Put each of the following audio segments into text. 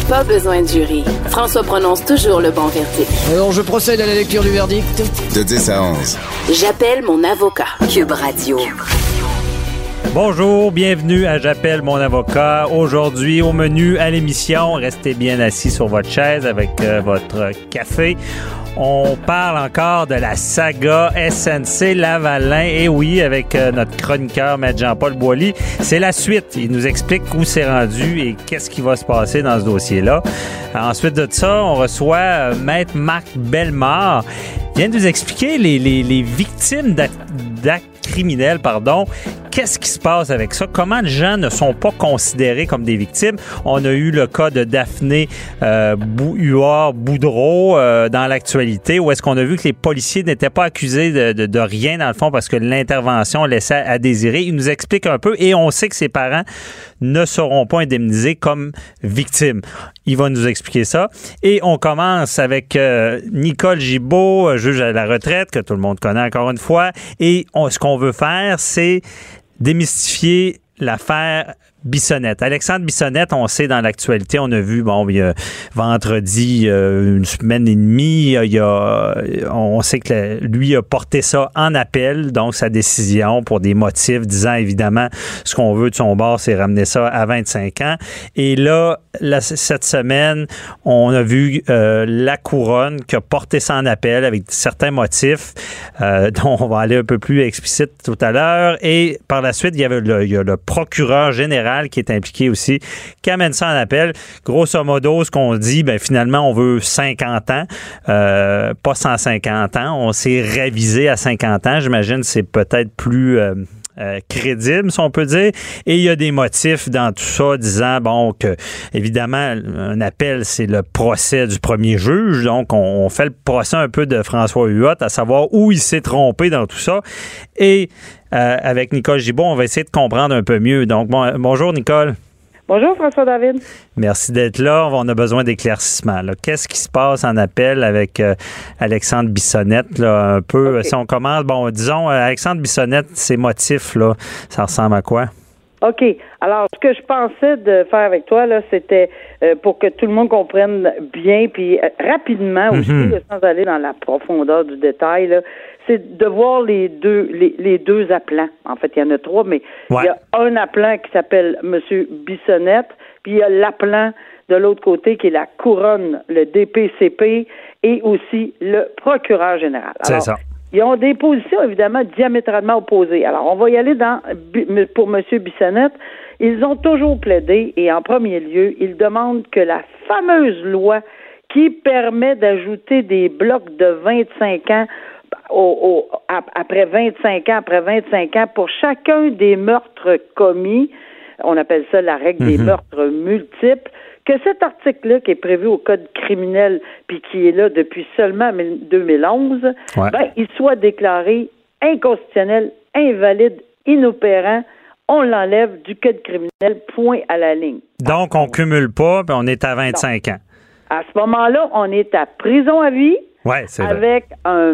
Pas besoin de jury. François prononce toujours le bon verdict. Alors, je procède à la lecture du verdict. De 10 à 11. J'appelle mon avocat. Cube Radio. Bonjour, bienvenue à J'appelle mon avocat. Aujourd'hui, au menu à l'émission, restez bien assis sur votre chaise avec votre café. On parle encore de la saga SNC Lavalin. Et oui, avec notre chroniqueur, Maître Jean-Paul Boily. C'est la suite. Il nous explique où c'est rendu et qu'est-ce qui va se passer dans ce dossier-là. Ensuite de ça, on reçoit Maître Marc Bellemare. Il vient de nous expliquer les victimes d'actes criminels, Qu'est-ce qui se passe avec ça? Comment les gens ne sont pas considérés comme des victimes? On a eu le cas de Daphné Huard-Boudreau dans l'actualité, où est-ce qu'on a vu que les policiers n'étaient pas accusés de rien, dans le fond, parce que l'intervention laissait à désirer. Il nous explique un peu, et on sait que ses parents ne seront pas indemnisés comme victimes. Il va nous expliquer ça. Et on commence avec Nicole Gibault, juge à la retraite, que tout le monde connaît encore une fois. Et ce qu'on veut faire, c'est démystifier l'affaire Bissonnette. Alexandre Bissonnette, on sait dans l'actualité, on a vu, il y a vendredi, une semaine et demie, on sait que lui a porté ça en appel, donc sa décision pour des motifs disant évidemment ce qu'on veut de son bord, c'est ramener ça à 25 ans. Et là, cette semaine, on a vu la couronne qui a porté ça en appel avec certains motifs dont on va aller un peu plus explicite tout à l'heure. Et par la suite, il y a le procureur général qui est impliqué aussi, qui amène ça en appel. Grosso modo, ce qu'on dit, finalement, on veut 50 ans, pas 150 ans. On s'est révisé à 50 ans. J'imagine que c'est peut-être plus crédible, si on peut dire. Et il y a des motifs dans tout ça disant, que, évidemment, un appel, c'est le procès du premier juge. Donc, on fait le procès un peu de François Huot, à savoir où il s'est trompé dans tout ça. Et avec Nicole Gibault, on va essayer de comprendre un peu mieux. Donc, bonjour, Nicole. Bonjour, François-David. Merci d'être là. On a besoin d'éclaircissement. Qu'est-ce qui se passe en appel avec Alexandre Bissonnette, un peu? Okay. Si on commence, disons, Alexandre Bissonnette, ses motifs, ça ressemble à quoi? OK. Alors, ce que je pensais de faire avec toi, c'était pour que tout le monde comprenne bien, puis rapidement aussi, sans aller dans la profondeur du détail, c'est de voir les deux appelants. En fait, il y en a 3, mais il y a un appelant qui s'appelle M. Bissonnette, puis il y a l'appelant de l'autre côté qui est la couronne, le DPCP, et aussi le procureur général. Alors, c'est ça. Ils ont des positions, évidemment, diamétralement opposées. Alors, on va y aller pour M. Bissonnette. Ils ont toujours plaidé, et en premier lieu, ils demandent que la fameuse loi qui permet d'ajouter des blocs de 25 ans après 25 ans pour chacun des meurtres commis, on appelle ça la règle des meurtres multiples, que cet article-là, qui est prévu au Code criminel, puis qui est là depuis seulement 2011, il soit déclaré inconstitutionnel, invalide, inopérant. On l'enlève du Code criminel, point à la ligne. Donc, on cumule pas, puis on est à 25 ans. À ce moment-là, on est à prison à vie, avec un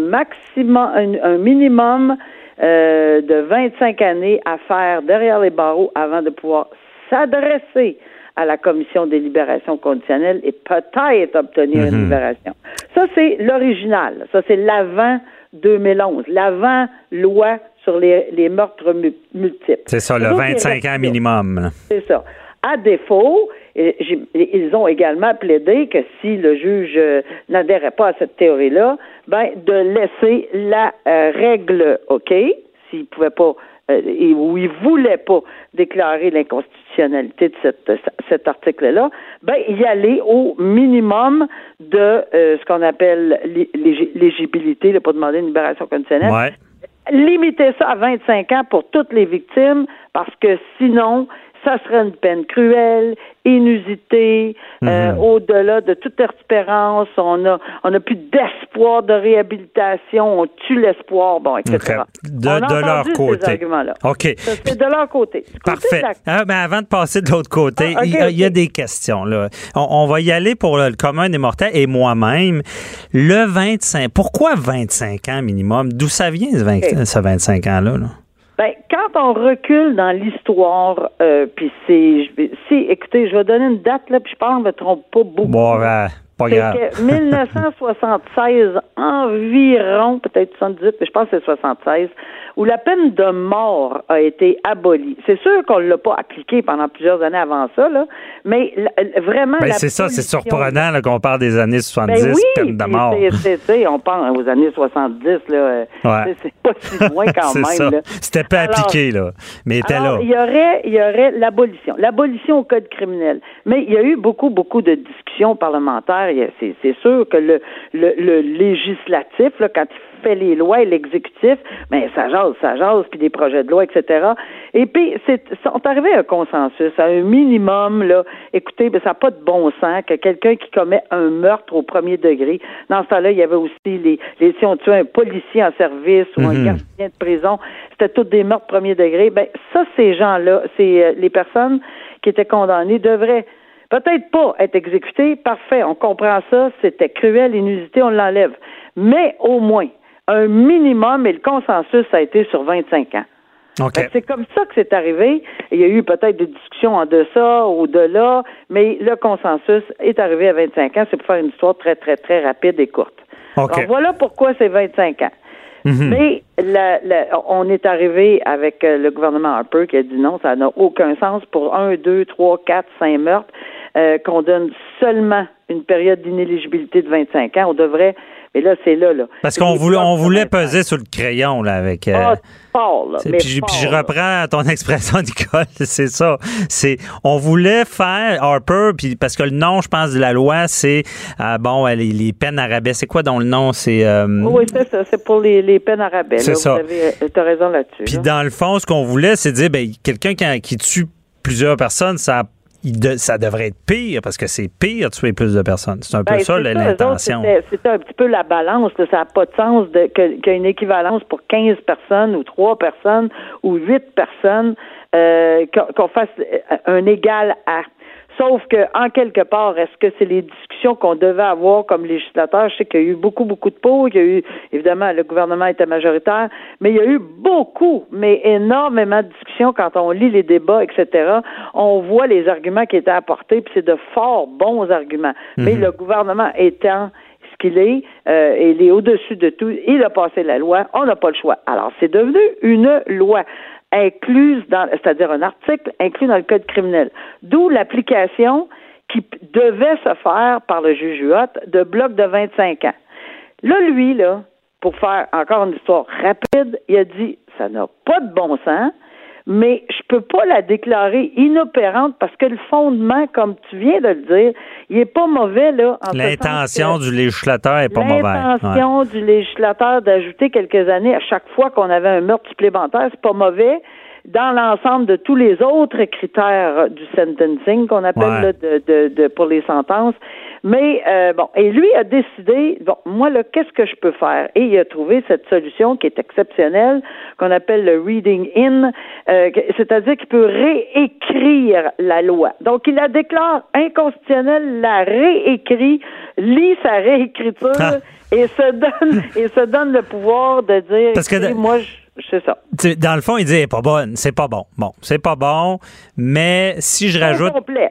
minimum de 25 années à faire derrière les barreaux avant de pouvoir s'adresser à la commission des libérations conditionnelles et peut-être obtenir une libération. Ça, c'est l'original. Ça, c'est l'avant 2011, l'avant-loi sur les meurtres multiples. C'est ça, le 25 ans minimum. C'est ça. À défaut, ils ont également plaidé que si le juge n'adhérait pas à cette théorie-là, de laisser la règle OK, s'il pouvait pas ou il voulait pas déclarer l'inconstitutionnalité de cet article-là, y aller au minimum de ce qu'on appelle l'éligibilité, pas demander une libération conditionnelle. Ouais. Limiter ça à 25 ans pour toutes les victimes, parce que sinon, ça serait une peine cruelle, inusitée, au-delà de toute espérance. On a plus d'espoir de réhabilitation, on tue l'espoir, etc. Okay. De leur côté. Ces arguments-là. OK. Ça, c'est de leur côté. Parfait. Avant de passer de l'autre côté, il y a des questions. Là. On va y aller pour le commun des mortels et moi-même. Le 25, pourquoi 25 ans minimum? D'où ça vient, ce 25 ans-là? Là? Ben, quand on recule dans l'histoire, puis écoutez, je vais donner une date, là, puis je pense que je me trompe pas beaucoup. Bon, pas grave. C'est que 1976 environ, peut-être 78, mais je pense que c'est 76, où la peine de mort a été abolie. C'est sûr qu'on ne l'a pas appliquée pendant plusieurs années avant ça, là, mais vraiment... Ben, c'est ça, c'est surprenant là, qu'on parle des années 70, ben oui, peine de mort. On pense aux années 70, là, c'est pas si loin quand même. Ça. Là. C'était pas appliqué, là, mais était là. Il y aurait l'abolition au code criminel. Mais il y a eu beaucoup de discussions parlementaires. C'est sûr que le législatif, là, quand il fait les lois et l'exécutif, ben ça jase, puis des projets de loi, etc. Et puis, sont arrivés à un consensus, à un minimum, là. Écoutez, ben, ça n'a pas de bon sens que quelqu'un qui commet un meurtre au premier degré, dans ce temps-là, il y avait aussi si on tuait un policier en service ou un gardien de prison, c'était tous des meurtres premier degré. Ben, ça, ces gens-là, les personnes qui étaient condamnées devraient peut-être pas être exécutées. Parfait, on comprend ça, c'était cruel, inusité, on l'enlève. Mais au moins, un minimum, et le consensus a été sur 25 ans. Okay. C'est comme ça que c'est arrivé. Il y a eu peut-être des discussions en deçà, au-delà, mais le consensus est arrivé à 25 ans. C'est pour faire une histoire très, très, très rapide et courte. Okay. Alors voilà pourquoi c'est 25 ans. Mais on est arrivé avec le gouvernement Harper qui a dit non, ça n'a aucun sens pour 1, 2, 3, 4, 5 meurtres, qu'on donne seulement une période d'inéligibilité de 25 ans. On devrait... Mais là, c'est là. Parce qu'on voulait peser sur le crayon, là, avec... fort, là. Puis je reprends ton expression, Nicole, c'est ça. On voulait faire Harper, puis parce que le nom, je pense, de la loi, c'est, les peines à rabais. C'est quoi donc le nom? Oui, c'est ça. C'est pour les peines à rabais. C'est ça. Tu as raison là-dessus. Puis dans le fond, ce qu'on voulait, c'est dire, quelqu'un qui tue plusieurs personnes, ça devrait être pire, parce que c'est pire de tuer plus de personnes. C'est un peu ça, l'intention. C'était un petit peu la balance. Là. Ça n'a pas de sens qu'il y ait une équivalence pour 15 personnes ou 3 personnes ou 8 personnes, qu'on fasse un égal à. Sauf que, en quelque part, est-ce que c'est les discussions qu'on devait avoir comme législateur? Je sais qu'il y a eu beaucoup de pour. Il y a eu, évidemment, le gouvernement était majoritaire, mais il y a eu énormément de discussions quand on lit les débats, etc. On voit les arguments qui étaient apportés, puis c'est de fort bons arguments. Mais le gouvernement étant ce qu'il est, il est au-dessus de tout, il a passé la loi, on n'a pas le choix. Alors, c'est devenu une loi c'est-à-dire un article inclus dans le code criminel. D'où l'application qui devait se faire par le juge Huot de bloc de 25 ans. Là, lui, pour faire encore une histoire rapide, il a dit, ça n'a pas de bon sens, mais je peux pas la déclarer inopérante parce que le fondement, comme tu viens de le dire, il est pas mauvais, là. L'intention du législateur est pas mauvaise. L'intention du législateur d'ajouter quelques années à chaque fois qu'on avait un meurtre supplémentaire, c'est pas mauvais dans l'ensemble de tous les autres critères du sentencing qu'on appelle pour les sentences. Mais et lui a décidé, moi là, qu'est-ce que je peux faire? Et il a trouvé cette solution qui est exceptionnelle, qu'on appelle le reading in, c'est-à-dire qu'il peut réécrire la loi. Donc il la déclare inconstitutionnelle, la réécrit, lit sa réécriture et se donne le pouvoir de dire, parce que c'est ça. Dans le fond, il dit, c'est pas bon. Bon, c'est pas bon, mais si je rajoute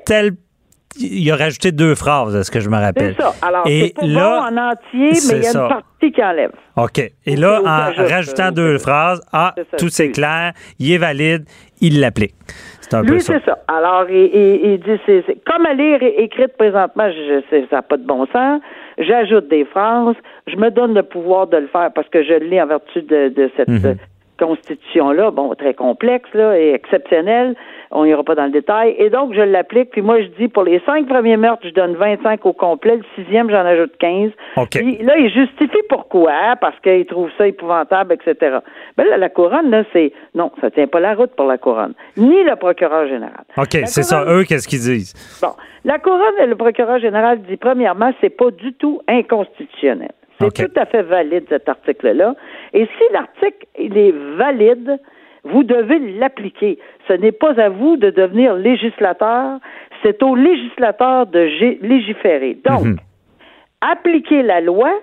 il a rajouté 2 phrases, est-ce que je me rappelle? C'est ça. Alors, c'est pas bon en entier, mais il y a une partie qui enlève. OK. Et là, en rajoutant 2 phrases, tout c'est clair, il est valide, il l'applique. C'est un peu ça. C'est ça. Alors, il dit, c'est comme elle est écrite présentement, ça n'a pas de bon sens. J'ajoute des phrases. Je me donne le pouvoir de le faire parce que je l'ai en vertu de cette constitution-là, très complexe là, et exceptionnelle. On n'ira pas dans le détail. Et donc, je l'applique. Puis moi, je dis, pour les 5 premiers meurtres, je donne 25 au complet. Le 6e, j'en ajoute 15. Okay. Puis là, il justifie pourquoi. Parce qu'il trouve ça épouvantable, etc. Ben là, la couronne, là, non, ça tient pas la route pour la couronne. Ni le procureur général. OK, c'est ça. Eux, qu'est-ce qu'ils disent? Bon. La couronne et le procureur général dit, premièrement, c'est pas du tout inconstitutionnel. C'est tout à fait valide, cet article-là. Et si l'article, il est valide, vous devez l'appliquer. Ce n'est pas à vous de devenir législateur, c'est au législateur de légiférer. Donc, appliquer la loi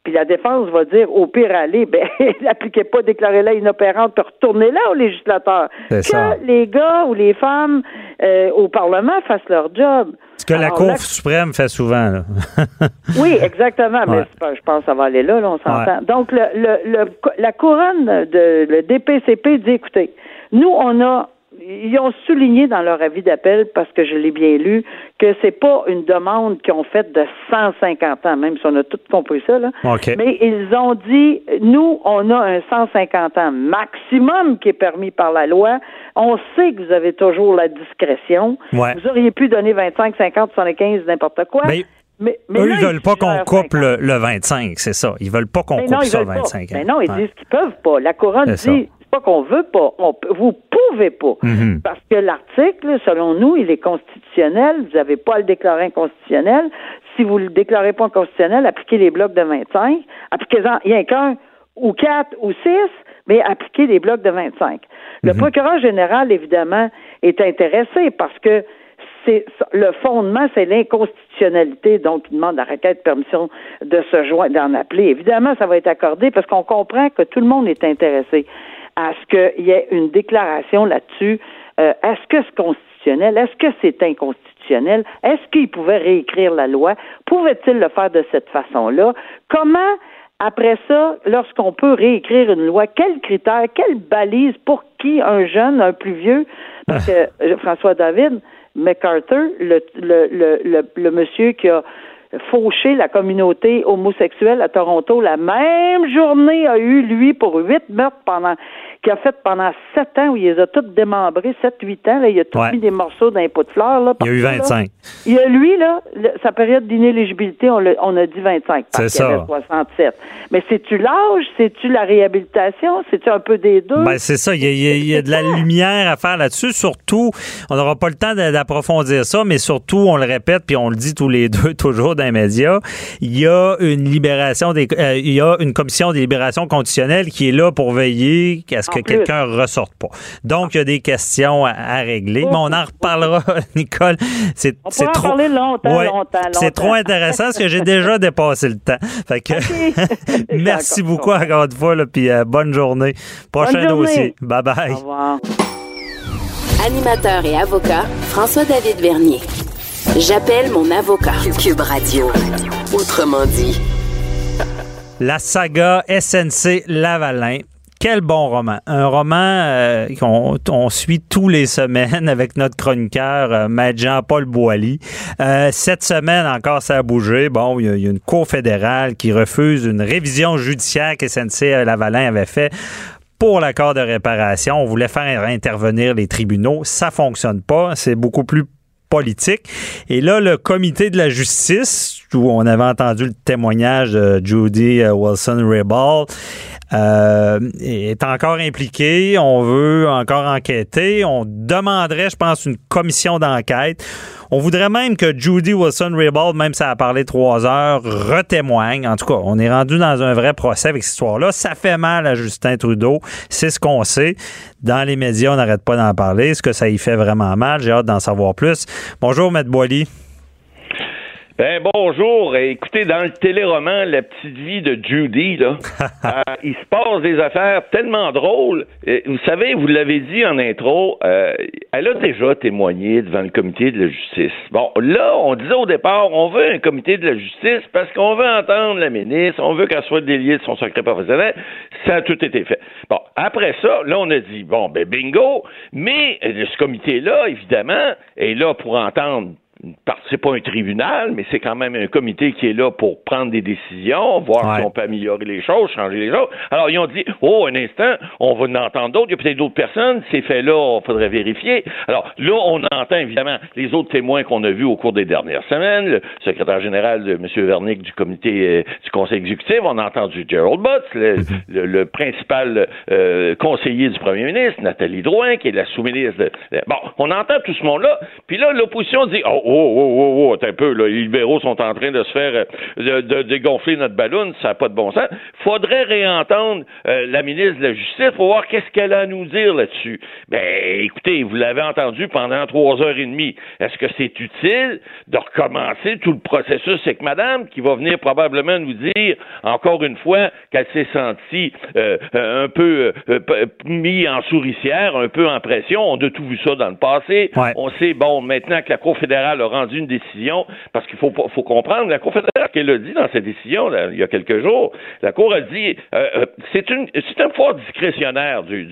Puis la défense va dire, au pire, allez, n'appliquez pas, déclarez-la inopérante, puis retournez-la aux législateurs. Les gars ou les femmes au Parlement fassent leur job. Ce que la Cour suprême fait souvent. Là. Oui, exactement. Mais je pense que ça va aller là, on s'entend. Ouais. Donc, la couronne le DPCP dit, écoutez, nous, ils ont souligné dans leur avis d'appel, parce que je l'ai bien lu, que c'est pas une demande qu'ils ont faite de 150 ans, même si on a tous compris ça, là. Okay. Mais ils ont dit, nous, on a un 150 ans maximum qui est permis par la loi. On sait que vous avez toujours la discrétion. Ouais. Vous auriez pu donner 25, 50, 75, n'importe quoi. Mais eux, ils veulent pas qu'on coupe le 25, c'est ça. Ils veulent pas qu'on coupe ça, 25 ans. Mais non, ils disent qu'ils peuvent pas. La couronne dit... pas qu'on veut pas, vous pouvez pas. Mm-hmm. Parce que l'article, selon nous, il est constitutionnel, vous n'avez pas à le déclarer inconstitutionnel. Si vous le déclarez pas inconstitutionnel, appliquez les blocs de 25, appliquez-en, il y a qu'un, ou 4, ou 6, mais appliquez les blocs de 25. Le procureur général, évidemment, est intéressé parce que le fondement, c'est l'inconstitutionnalité, donc il demande la requête de permission de se joindre, d'en appeler. Évidemment, ça va être accordé parce qu'on comprend que tout le monde est intéressé à ce qu'il y ait une déclaration là-dessus. Est-ce que c'est constitutionnel? Est-ce que c'est inconstitutionnel? Est-ce qu'il pouvait réécrire la loi? Pouvait-il le faire de cette façon-là? Comment, après ça, lorsqu'on peut réécrire une loi, quels critères, quelles balises, pour qui un jeune, un plus vieux? Parce que François David McArthur, le monsieur qui a fauché la communauté homosexuelle à Toronto, la même journée a eu, lui, pour 8 meurtres qu'il a fait pendant 7 ans, où il les a tous démembrés, 7-8 ans, là, il a tout mis des morceaux d'un pot de fleurs. Là, il y a eu 25. Il y a lui, là, sa période d'inéligibilité, on a dit 25, parce qu'il y avait 67. Mais c'est-tu l'âge? C'est-tu la réhabilitation? C'est-tu un peu des deux? Ben, c'est ça, il y a de la lumière à faire là-dessus. Surtout, on n'aura pas le temps d'approfondir ça, mais surtout, on le répète, puis on le dit tous les deux, toujours dans les médias, il y a une il y a une commission des libérations conditionnelles qui est là pour veiller à ce que quelqu'un ne ressorte pas. Donc, il y a des questions à régler, mais on en reparlera, Nicole. C'est trop... en parler longtemps. C'est trop intéressant parce que j'ai déjà dépassé le temps. Fait que merci beaucoup encore une fois, puis bonne journée. Prochain dossier. Bye-bye. Au revoir. Animateur et avocat, François-David Vernier. J'appelle mon avocat. Cube Radio. Autrement dit. La saga SNC-Lavalin. Quel bon roman. Un roman qu'on suit tous les semaines avec notre chroniqueur, Maître Jean-Paul Boily. Cette semaine encore, ça a bougé. Bon, il y a une cour fédérale qui refuse une révision judiciaire que SNC-Lavalin avait fait pour l'accord de réparation. On voulait faire intervenir les tribunaux. Ça fonctionne pas. C'est beaucoup plus politique. Et là, le comité de la justice, où on avait entendu le témoignage de Judy Wilson-Raybould, est encore impliqué. On veut encore enquêter. On demanderait, je pense, une commission d'enquête. On voudrait même que Judy Wilson-Raybould, même si ça a parlé 3 heures, retémoigne. En tout cas, on est rendu dans un vrai procès avec cette histoire-là. Ça fait mal à Justin Trudeau. C'est ce qu'on sait. Dans les médias, on n'arrête pas d'en parler. Est-ce que ça y fait vraiment mal? J'ai hâte d'en savoir plus. Bonjour, Maître Boily. Ben bonjour. Écoutez, dans le téléroman La petite vie de Judy, là, il se passe des affaires tellement drôles. Vous savez, vous l'avez dit en intro, elle a déjà témoigné devant le comité de la justice. Bon, là, on disait au départ, on veut un comité de la justice parce qu'on veut entendre la ministre, on veut qu'elle soit déliée de son secret professionnel. Ça a tout été fait. Bon, après ça, là, on a dit, bon, ben bingo, mais ce comité-là, évidemment, est là pour entendre. C'est pas un tribunal, mais c'est quand même un comité qui est là pour prendre des décisions, voir si on peut améliorer les choses, changer les choses. Alors, ils ont dit, un instant, on va en entendre d'autres, il y a peut-être d'autres personnes, ces faits-là, il faudrait vérifier. Alors, là, on entend évidemment les autres témoins qu'on a vus au cours des dernières semaines, le secrétaire général, M. Vernick, du comité du conseil exécutif, on a entendu Gerald Butts, le principal conseiller du premier ministre, Nathalie Drouin, qui est la sous-ministre Bon, on entend tout ce monde-là, puis là, l'opposition dit, attends un peu, là, les libéraux sont en train de se faire de dégonfler notre ballon, ça n'a pas de bon sens. Faudrait réentendre la ministre de la Justice pour voir qu'est-ce qu'elle a à nous dire là-dessus. Ben, écoutez, vous l'avez entendu pendant 3h30. Est-ce que c'est utile de recommencer tout le processus avec madame qui va venir probablement nous dire, encore une fois, qu'elle s'est sentie un peu mis en souricière, un peu en pression. On a tout vu ça dans le passé. Ouais. On sait, maintenant que la Cour fédérale a rendu une décision, parce qu'il faut comprendre, la Cour fédérale, qu'elle a dit dans cette décision, là, il y a quelques jours, la Cour a dit, c'est un pouvoir discrétionnaire du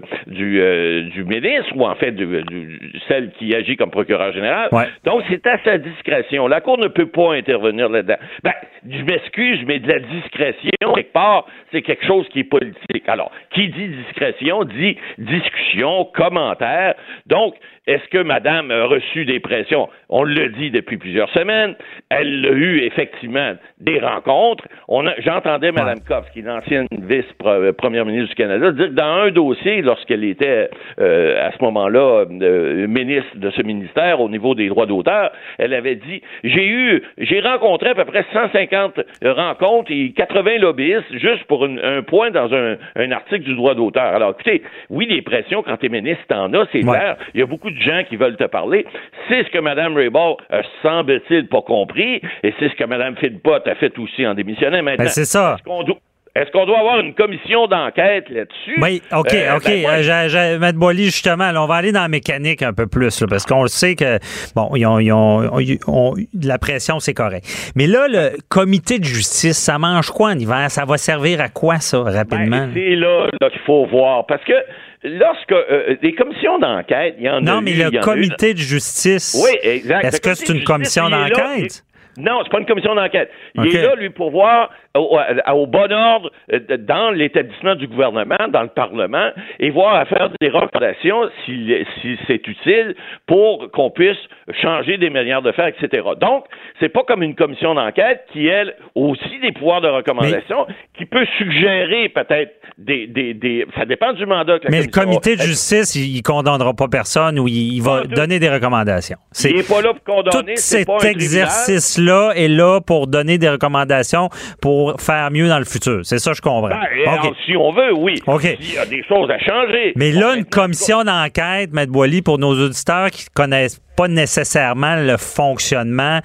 ministre, ou en fait, celle qui agit comme procureur général. Ouais. Donc, c'est à sa discrétion. La Cour ne peut pas intervenir là-dedans. Je m'excuse, mais de la discrétion, quelque part, c'est quelque chose qui est politique. Alors, qui dit discrétion, dit discussion, commentaire. Donc, est-ce que madame a reçu des pressions? On le dit depuis plusieurs semaines. Elle a eu, effectivement, des rencontres. J'entendais Mme Coff, qui est l'ancienne vice-première ministre du Canada, dire que dans un dossier, lorsqu'elle était à ce moment-là ministre de ce ministère au niveau des droits d'auteur, elle avait dit, j'ai rencontré à peu près 150 rencontres et 80 lobbyistes juste pour un point dans un article du droit d'auteur. Alors, écoutez, oui, les pressions, quand tu es ministre, t'en as, c'est clair. Il y a beaucoup de gens qui veulent te parler. C'est ce que Mme Raybould a, semble-t-il, pas compris, et c'est ce que Mme Philpott a fait aussi en démissionnant. Maintenant, c'est ça. Est-ce qu'on doit avoir une commission d'enquête là-dessus? Oui, OK. Maître Boily, justement, là, on va aller dans la mécanique un peu plus, là, parce qu'on le sait que, ils ont de la pression, c'est correct. Mais là, le comité de justice, ça mange quoi en hiver? Ça va servir à quoi, ça, rapidement? C'est là qu'il faut voir, parce que lorsque des commissions d'enquête, il y en a Non, mais le comité de justice, oui, exact. Est-ce que c'est une commission d'enquête? Non, c'est pas une commission d'enquête. Il est là, lui, pour voir au bon ordre dans l'établissement du gouvernement, dans le Parlement, et voir à faire des recommandations si c'est utile pour qu'on puisse changer des manières de faire, etc. Donc, c'est pas comme une commission d'enquête qui, elle, a aussi des pouvoirs de recommandation, qui peut suggérer peut-être des ça dépend du mandat que la commission... Mais le comité de justice, il condamnera pas personne ou il va donner des recommandations. Il n'est pas là pour condamner, c'est pas un tribunal. Tout cet exercice-là est là pour donner des recommandations pour faire mieux dans le futur. C'est ça, je comprends. Alors, si on veut, oui. Il y a des choses à changer. Mais là, une commission d'enquête, Maître Boily, pour nos auditeurs qui ne connaissent pas nécessairement le fonctionnement,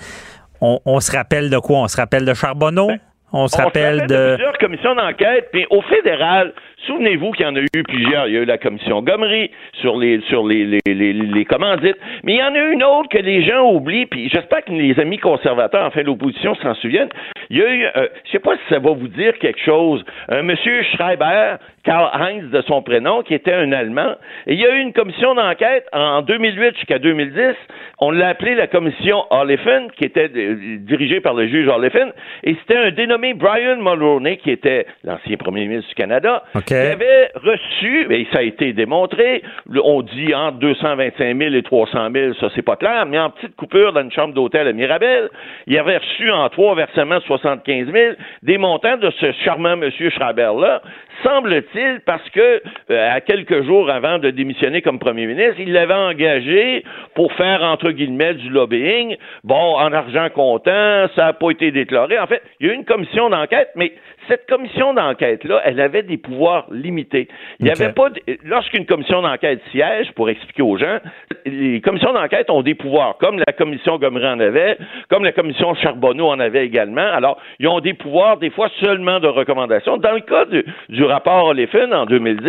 on se rappelle de quoi? On se rappelle de Charbonneau? On se rappelle de plusieurs commissions d'enquête. Puis au fédéral, souvenez-vous qu'il y en a eu plusieurs. Il y a eu la commission Gomery sur les commandites. Mais il y en a une autre que les gens oublient. Puis j'espère que les amis conservateurs, enfin l'opposition, s'en souviennent. Il y a eu, je sais pas si ça va vous dire quelque chose, un monsieur Schreiber, Karl-Heinz de son prénom, qui était un Allemand. Et il y a eu une commission d'enquête en 2008 jusqu'à 2010. On l'a appelée la commission Oliphant, qui était dirigée par le juge Oliphant. Et c'était un dénommé Brian Mulroney, qui était l'ancien premier ministre du Canada, qui avait reçu, et ça a été démontré, on dit entre 225 000 et 300 000, ça c'est pas clair, mais en petite coupure dans une chambre d'hôtel à Mirabel, il avait reçu en 3 versements de 75 000 des montants de ce charmant monsieur Schreiber-là, semble-t-il, parce que à quelques jours avant de démissionner comme premier ministre, il l'avait engagé pour faire, entre guillemets, du lobbying. Bon, en argent comptant, ça n'a pas été déclaré. En fait, il y a eu une commission d'enquête, mais cette commission d'enquête-là, elle avait des pouvoirs limités. Il n'y avait pas... Lorsqu'une commission d'enquête siège, pour expliquer aux gens, les commissions d'enquête ont des pouvoirs, comme la commission Gomery en avait, comme la commission Charbonneau en avait également. Alors, ils ont des pouvoirs, des fois seulement de recommandation. Dans le cas du rapport Oliphant en 2010,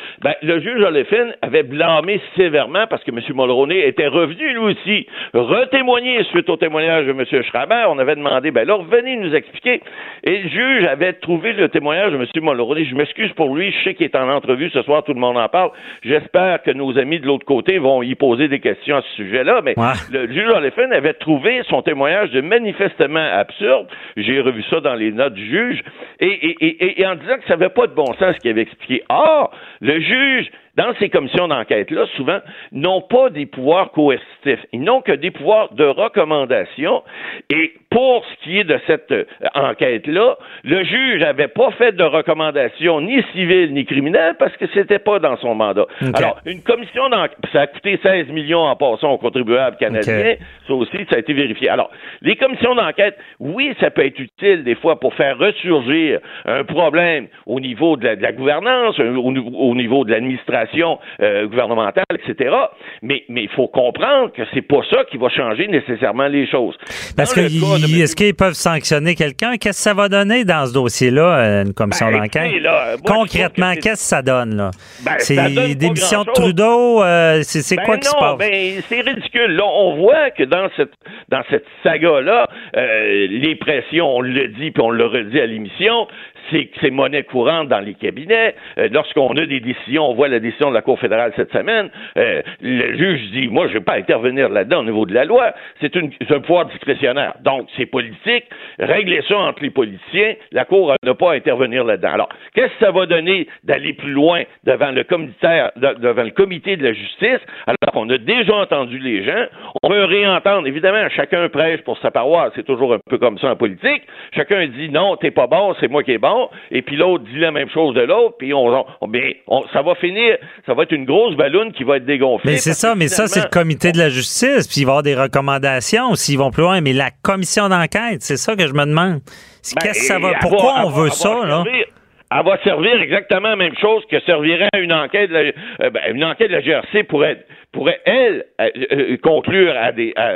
le juge Oliphant avait blâmé sévèrement parce que M. Mulroney était revenu, lui aussi, retémoigner suite au témoignage de M. Schreiber. On avait demandé, revenez nous expliquer. Et le juge avait trouvé le témoignage de M. Mulroney. Je m'excuse pour lui, je sais qu'il est en entrevue ce soir, tout le monde en parle. J'espère que nos amis de l'autre côté vont y poser des questions à ce sujet-là, mais le juge Oliphant avait trouvé son témoignage de manifestement absurde. J'ai revu ça dans les notes du juge, et en disant que ça n'avait pas de bon sens ce qu'il avait expliqué. Or, le juge dans ces commissions d'enquête-là, souvent, n'ont pas des pouvoirs coercitifs. Ils n'ont que des pouvoirs de recommandation. Et pour ce qui est de cette enquête-là, le juge n'avait pas fait de recommandation ni civile ni criminelle parce que c'était pas dans son mandat. Okay. Alors, une commission d'enquête, ça a coûté 16 millions en passant aux contribuables canadiens. Okay. Ça aussi, ça a été vérifié. Alors, les commissions d'enquête, oui, ça peut être utile des fois pour faire ressurgir un problème au niveau de la gouvernance, au niveau de l'administration gouvernementale, etc. Mais il faut comprendre que c'est pas ça qui va changer nécessairement les choses. Parce que est-ce qu'ils peuvent sanctionner quelqu'un? Qu'est-ce que ça va donner dans ce dossier-là, une commission d'enquête? Concrètement, qu'est-ce que ça donne, là? C'est démission de Trudeau? C'est quoi qui se passe? C'est ridicule. Là, on voit que dans cette saga-là, les pressions, on le dit puis on le redit à l'émission, c'est monnaie courante dans les cabinets. Lorsqu'on a des décisions, on voit la décision de la Cour fédérale cette semaine, le juge dit, moi, je ne vais pas intervenir là-dedans au niveau de la loi. C'est un pouvoir discrétionnaire. Donc, c'est politique. Réglez ça entre les politiciens. La Cour n'a pas à intervenir là-dedans. Alors, qu'est-ce que ça va donner d'aller plus loin devant le comité de la justice, alors qu'on a déjà entendu les gens? On veut réentendre. Évidemment, chacun prêche pour sa paroisse. C'est toujours un peu comme ça en politique. Chacun dit, non, t'es pas bon, c'est moi qui est bon. Et puis l'autre dit la même chose de l'autre, puis ça va finir, ça va être une grosse balloune qui va être dégonflée. Mais c'est ça, c'est le comité de la justice, puis il va y avoir des recommandations s'ils vont plus loin, mais la commission d'enquête, c'est ça que je me demande. Pourquoi on veut ça, là? Elle va servir exactement la même chose que servirait une enquête de la GRC pourrait elle conclure à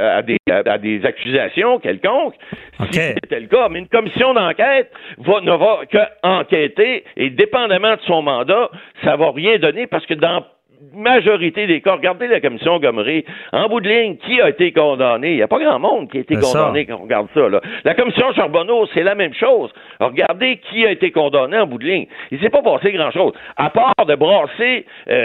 des accusations quelconques, si c'était le cas. Mais une commission d'enquête ne va qu'enquêter et dépendamment de son mandat, ça va rien donner parce que dans majorité des cas, regardez la commission Gomery, en bout de ligne, qui a été condamné? Il n'y a pas grand monde qui a été condamné quand on regarde ça, là. La commission Charbonneau, c'est la même chose. Regardez qui a été condamné en bout de ligne. Il ne s'est pas passé grand-chose. À part de brasser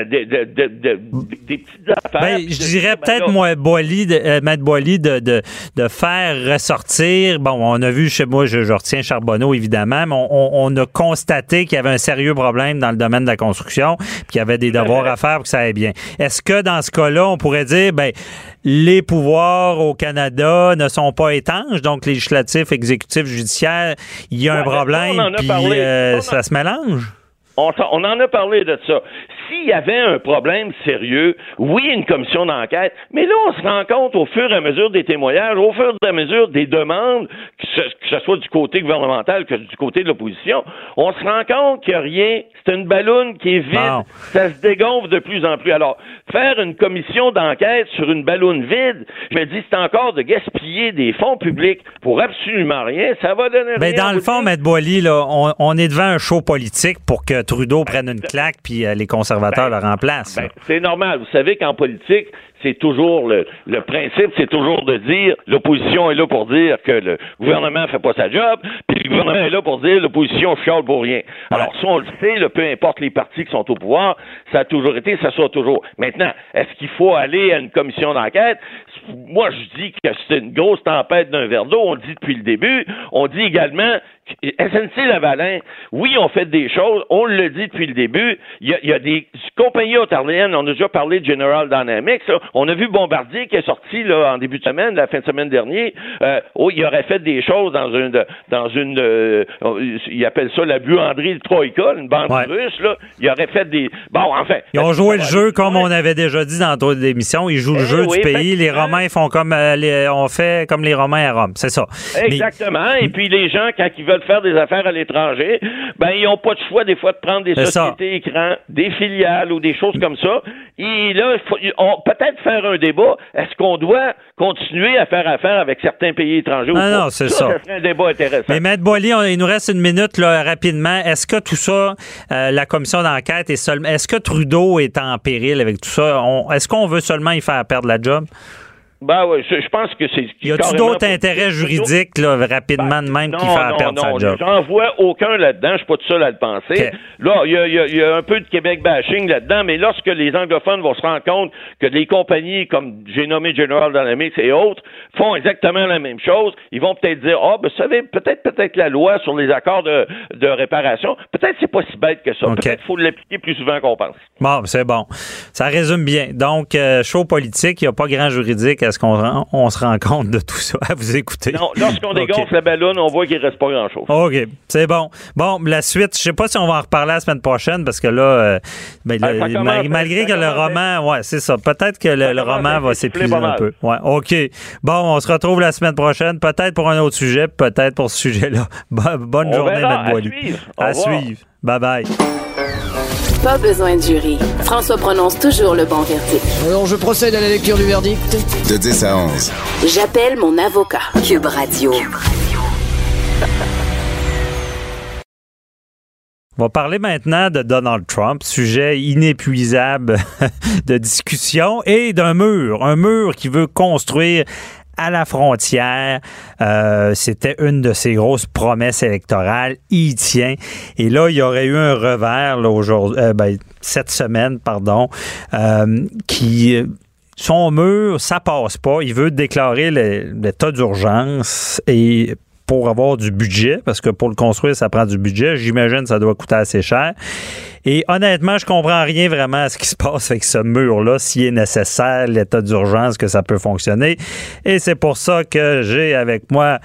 des petites affaires. Je dirais peut-être, Maître Boily, de faire ressortir, bon, on a vu chez moi, je retiens Charbonneau, évidemment, mais on a constaté qu'il y avait un sérieux problème dans le domaine de la construction, puis qu'il y avait des devoirs à faire pour que ça aille bien. Est-ce que dans ce cas-là, on pourrait dire, les pouvoirs au Canada ne sont pas étanches, donc législatif, exécutif, judiciaire, il y a un problème, puis ça se mélange? On en a parlé de ça. S'il y avait un problème sérieux, oui, une commission d'enquête, mais là, on se rend compte au fur et à mesure des témoignages, au fur et à mesure des demandes, que ce soit du côté gouvernemental que du côté de l'opposition, on se rend compte qu'il n'y a rien. C'est une balloune qui est vide. Ça se dégonfle de plus en plus. Alors, faire une commission d'enquête sur une balloune vide, je me dis, c'est encore de gaspiller des fonds publics pour absolument rien. Ça va donner rien. Dans le fond, Maître Boily, là, on est devant un show politique pour que Trudeau prenne une claque puis les conservateurs le remplacent. C'est normal. Vous savez qu'en politique, c'est toujours le principe, c'est toujours de dire l'opposition est là pour dire que le gouvernement fait pas sa job, puis le gouvernement est là pour dire l'opposition chiale pour rien. Alors, ça, on le sait, peu importe les partis qui sont au pouvoir, ça a toujours été, ça sera toujours. Maintenant, est-ce qu'il faut aller à une commission d'enquête? Moi, je dis que c'est une grosse tempête d'un verre d'eau, on le dit depuis le début. On dit également SNC-Lavalin, oui, on fait des choses, on le dit depuis le début. Il y a des compagnies ontariennes, on a déjà parlé de General Dynamics, là. On a vu Bombardier qui est sorti là en début de semaine, la fin de semaine dernière. Il aurait fait des choses dans une ils appellent ça la buanderie de Troïka, une bande russe, là. Il aurait fait des... Ils ont joué le jeu comme on avait déjà dit dans d'autres émissions. Ils jouent le jeu du pays. Les Romains font comme on fait comme les Romains à Rome. C'est ça. Exactement. Et puis les gens, quand ils veulent faire des affaires à l'étranger, ils n'ont pas de choix des fois de prendre des sociétés écrans, des filiales ou des choses comme ça. Et là, il faut peut-être faire un débat. Est-ce qu'on doit continuer à faire affaire avec certains pays étrangers ou pas? Non, c'est ça. Ça serait un débat intéressant. Mais Maître Boily, il nous reste une minute là, rapidement. Est-ce que tout ça, la commission d'enquête est seulement... Est-ce que Trudeau est en péril avec tout ça? Est-ce qu'on veut seulement y faire perdre la job? Ben oui, je pense que c'est... Y a-tu d'autres intérêts juridiques, là, rapidement de même, qui font perdre sa job? J'en vois aucun là-dedans, je suis pas tout seul à le penser. Okay. Là, il y a un peu de Québec bashing là-dedans, mais lorsque les anglophones vont se rendre compte que les compagnies, comme j'ai nommé General Dynamics et autres, font exactement la même chose, ils vont peut-être dire, vous savez, peut-être la loi sur les accords de réparation, peut-être c'est pas si bête que ça. Okay. Peut-être qu'il faut l'appliquer plus souvent qu'on pense. Bon, c'est bon. Ça résume bien. Donc, show politique, il n'y a pas grand juridique à ce qu'on se rend compte de tout ça, à vous écouter. Non, lorsqu'on dégonfle la ballonne, on voit qu'il ne reste pas grand-chose. OK, c'est bon. Bon, la suite, je ne sais pas si on va en reparler la semaine prochaine, parce que là, malgré que le roman, ouais, c'est ça, peut-être que le roman va s'épuiser un peu. Ouais, OK. Bon, on se retrouve la semaine prochaine, peut-être pour un autre sujet, peut-être pour ce sujet-là. Bonne journée, M. Boileau. À suivre. Bye-bye. Pas besoin de jury. François prononce toujours le bon verdict. Alors, je procède à la lecture du verdict. De 10 à 11. J'appelle mon avocat. Cube Radio. On va parler maintenant de Donald Trump, sujet inépuisable de discussion, et d'un mur. Un mur qui veut construire à la frontière. C'était une de ses grosses promesses électorales. Il y tient. Et là, il y aurait eu un revers là, aujourd'hui, cette semaine, qui... son mur, ça passe pas. Il veut déclarer l'état d'urgence et pour avoir du budget, parce que pour le construire, ça prend du budget. J'imagine que ça doit coûter assez cher. Et honnêtement, je comprends rien vraiment à ce qui se passe avec ce mur-là, s'il est nécessaire, l'état d'urgence, que ça peut fonctionner. Et c'est pour ça que j'ai avec moi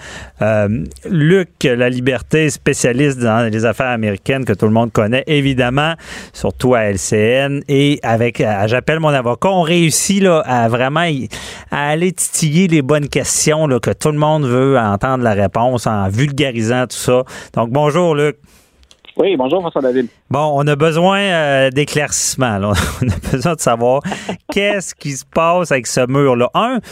Luc Laliberté, spécialiste dans les affaires américaines que tout le monde connaît, évidemment, surtout à LCN. Et avec J'appelle mon avocat, on réussit là, à vraiment à aller titiller les bonnes questions là, que tout le monde veut entendre la réponse en vulgarisant tout ça. Donc, bonjour Luc. Oui, bonjour François David. Bon, on a besoin d'éclaircissement. Là. On a besoin de savoir qu'est-ce qui se passe avec ce mur-là.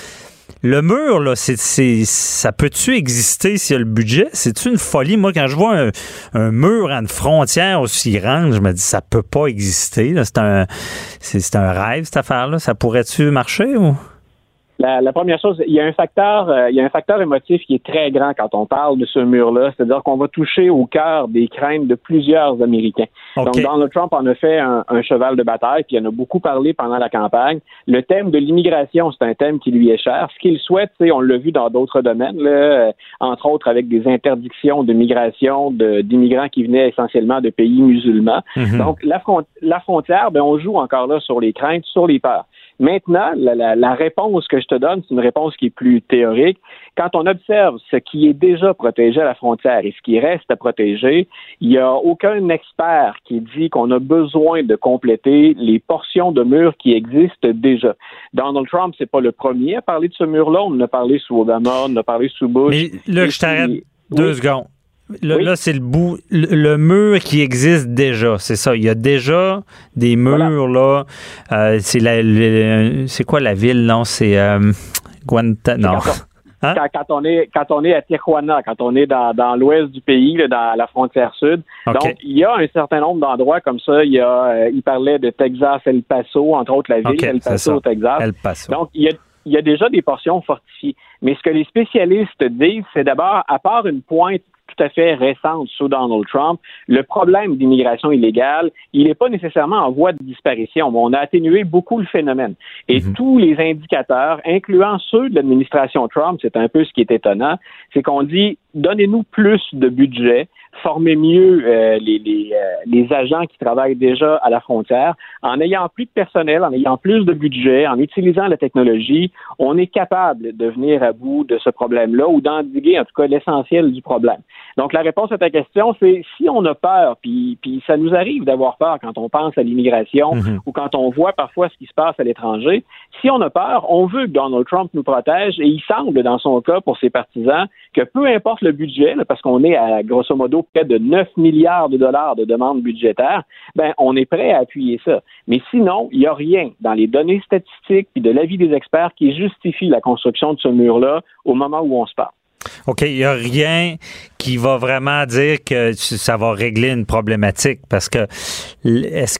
Le mur, là, ça peut-tu exister s'il y a le budget? C'est-tu une folie? Moi, quand je vois un mur à une frontière aussi grande, je me dis ça peut pas exister. Là. C'est un rêve, cette affaire-là. Ça pourrait-tu marcher ou... La première chose, il y a un facteur émotif qui est très grand quand on parle de ce mur-là, c'est-à-dire qu'on va toucher au cœur des craintes de plusieurs Américains. Okay. Donc, Donald Trump en a fait un cheval de bataille, puis il en a beaucoup parlé pendant la campagne. Le thème de l'immigration, c'est un thème qui lui est cher. Ce qu'il souhaite, on l'a vu dans d'autres domaines, là, entre autres avec des interdictions de migration d'immigrants qui venaient essentiellement de pays musulmans. Mm-hmm. Donc, la frontière, on joue encore là sur les craintes, sur les peurs. Maintenant, la réponse que je te donne, c'est une réponse qui est plus théorique. Quand on observe ce qui est déjà protégé à la frontière et ce qui reste à protéger, il n'y a aucun expert qui dit qu'on a besoin de compléter les portions de murs qui existent déjà. Donald Trump, c'est pas le premier à parler de ce mur-là. On en a parlé sous Obama, on en a parlé sous Bush. Mais là, je t'arrête 2 secondes. Là, c'est le bout, le mur qui existe déjà, c'est ça. Il y a déjà des murs, là. C'est quoi la ville, non? C'est Guantanamo. Hein? Quand on est à Tijuana, quand on est dans l'ouest du pays, là, dans la frontière sud. Okay. Donc, il y a un certain nombre d'endroits comme ça. Il parlait de Texas, El Paso, entre autres la ville, El Paso, au Texas. El Paso. Donc, il y a déjà des portions fortifiées. Mais ce que les spécialistes disent, c'est d'abord, à part une pointe tout à fait récente sous Donald Trump, le problème d'immigration illégale, il n'est pas nécessairement en voie de disparition, mais on a atténué beaucoup le phénomène. Et tous les indicateurs, incluant ceux de l'administration Trump, c'est un peu ce qui est étonnant, c'est qu'on dit, donnez-nous plus de budget, formez mieux les agents qui travaillent déjà à la frontière. En ayant plus de personnel, en ayant plus de budget, en utilisant la technologie, on est capable de venir à bout de ce problème-là ou d'endiguer en tout cas l'essentiel du problème. Donc la réponse à ta question, c'est si on a peur, puis ça nous arrive d'avoir peur quand on pense à l'immigration ou quand on voit parfois ce qui se passe à l'étranger, si on a peur, on veut que Donald Trump nous protège et il semble dans son cas pour ses partisans que peu importe le budget, là, parce qu'on est à grosso modo près de 9 milliards de dollars de demandes budgétaires, on est prêt à appuyer ça. Mais sinon, il n'y a rien dans les données statistiques puis de l'avis des experts qui justifie la construction de ce mur-là au moment où on se parle. OK, il n'y a rien qui va vraiment dire que ça va régler une problématique parce que est-ce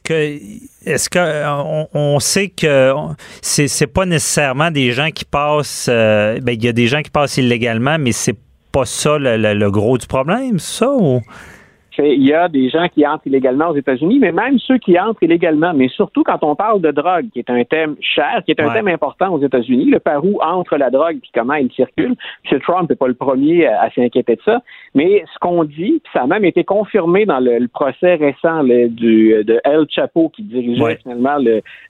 que on sait que c'est pas nécessairement des gens qui passent il y a des gens qui passent illégalement, mais c'est pas ça le gros du problème, ça ou? Il y a des gens qui entrent illégalement aux États-Unis, mais même ceux qui entrent illégalement, mais surtout quand on parle de drogue, qui est un thème cher, qui est un thème important aux États-Unis, le par où entre la drogue puis comment elle circule. M. Trump n'est pas le premier à s'inquiéter de ça, mais ce qu'on dit, ça a même été confirmé dans le procès récent de El Chapo qui dirigeait finalement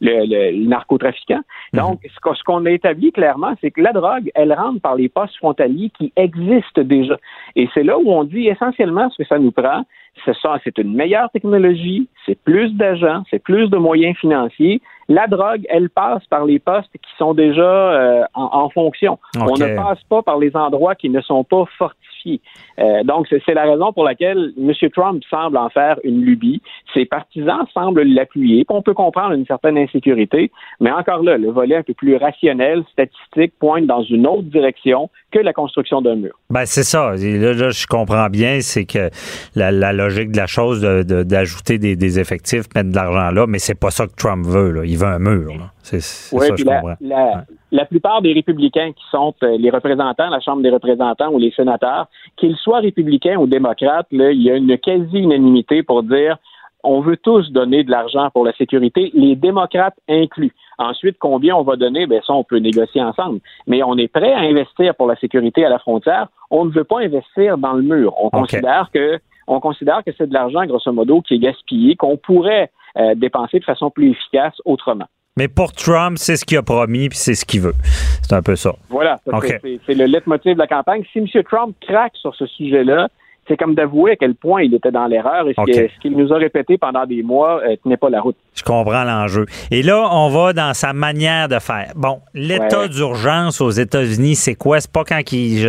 le narcotrafiquant. Donc, ce qu'on a établi clairement, c'est que la drogue, elle rentre par les postes frontaliers qui existent déjà. Et c'est là où on dit essentiellement ce que ça nous prend. C'est une meilleure technologie, c'est plus d'agents, c'est plus de moyens financiers. La drogue, elle passe par les postes qui sont déjà en fonction. Okay. On ne passe pas par les endroits qui ne sont pas fortifiés. Donc, c'est la raison pour laquelle M. Trump semble en faire une lubie. Ses partisans semblent l'appuyer. On peut comprendre une certaine insécurité, mais encore là, le volet un peu plus rationnel, statistique, pointe dans une autre direction que la construction d'un mur. Ben c'est ça. Là, je comprends bien, c'est que la logique de la chose d'ajouter des effectifs, mettre de l'argent là, mais c'est pas ça que Trump veut. Là. Il veut un mur. Là. C'est ça, je comprends. La plupart des républicains qui sont les représentants, la Chambre des représentants ou les sénateurs, qu'ils soient républicains ou démocrates, là, il y a une quasi-unanimité pour dire on veut tous donner de l'argent pour la sécurité, les démocrates inclus. Ensuite, combien on va donner, ben ça, on peut négocier ensemble. Mais on est prêt à investir pour la sécurité à la frontière. On ne veut pas investir dans le mur. On considère que c'est de l'argent, grosso modo, qui est gaspillé, qu'on pourrait dépenser de façon plus efficace autrement. Mais pour Trump, c'est ce qu'il a promis puis c'est ce qu'il veut. C'est un peu ça. Voilà, c'est le leitmotiv de la campagne. Si M. Trump craque sur ce sujet-là, c'est comme d'avouer à quel point il était dans l'erreur et ce qu'il nous a répété pendant des mois tenait pas la route. Je comprends l'enjeu. Et là, on va dans sa manière de faire. Bon, l'état d'urgence aux États-Unis, c'est quoi? C'est pas quand il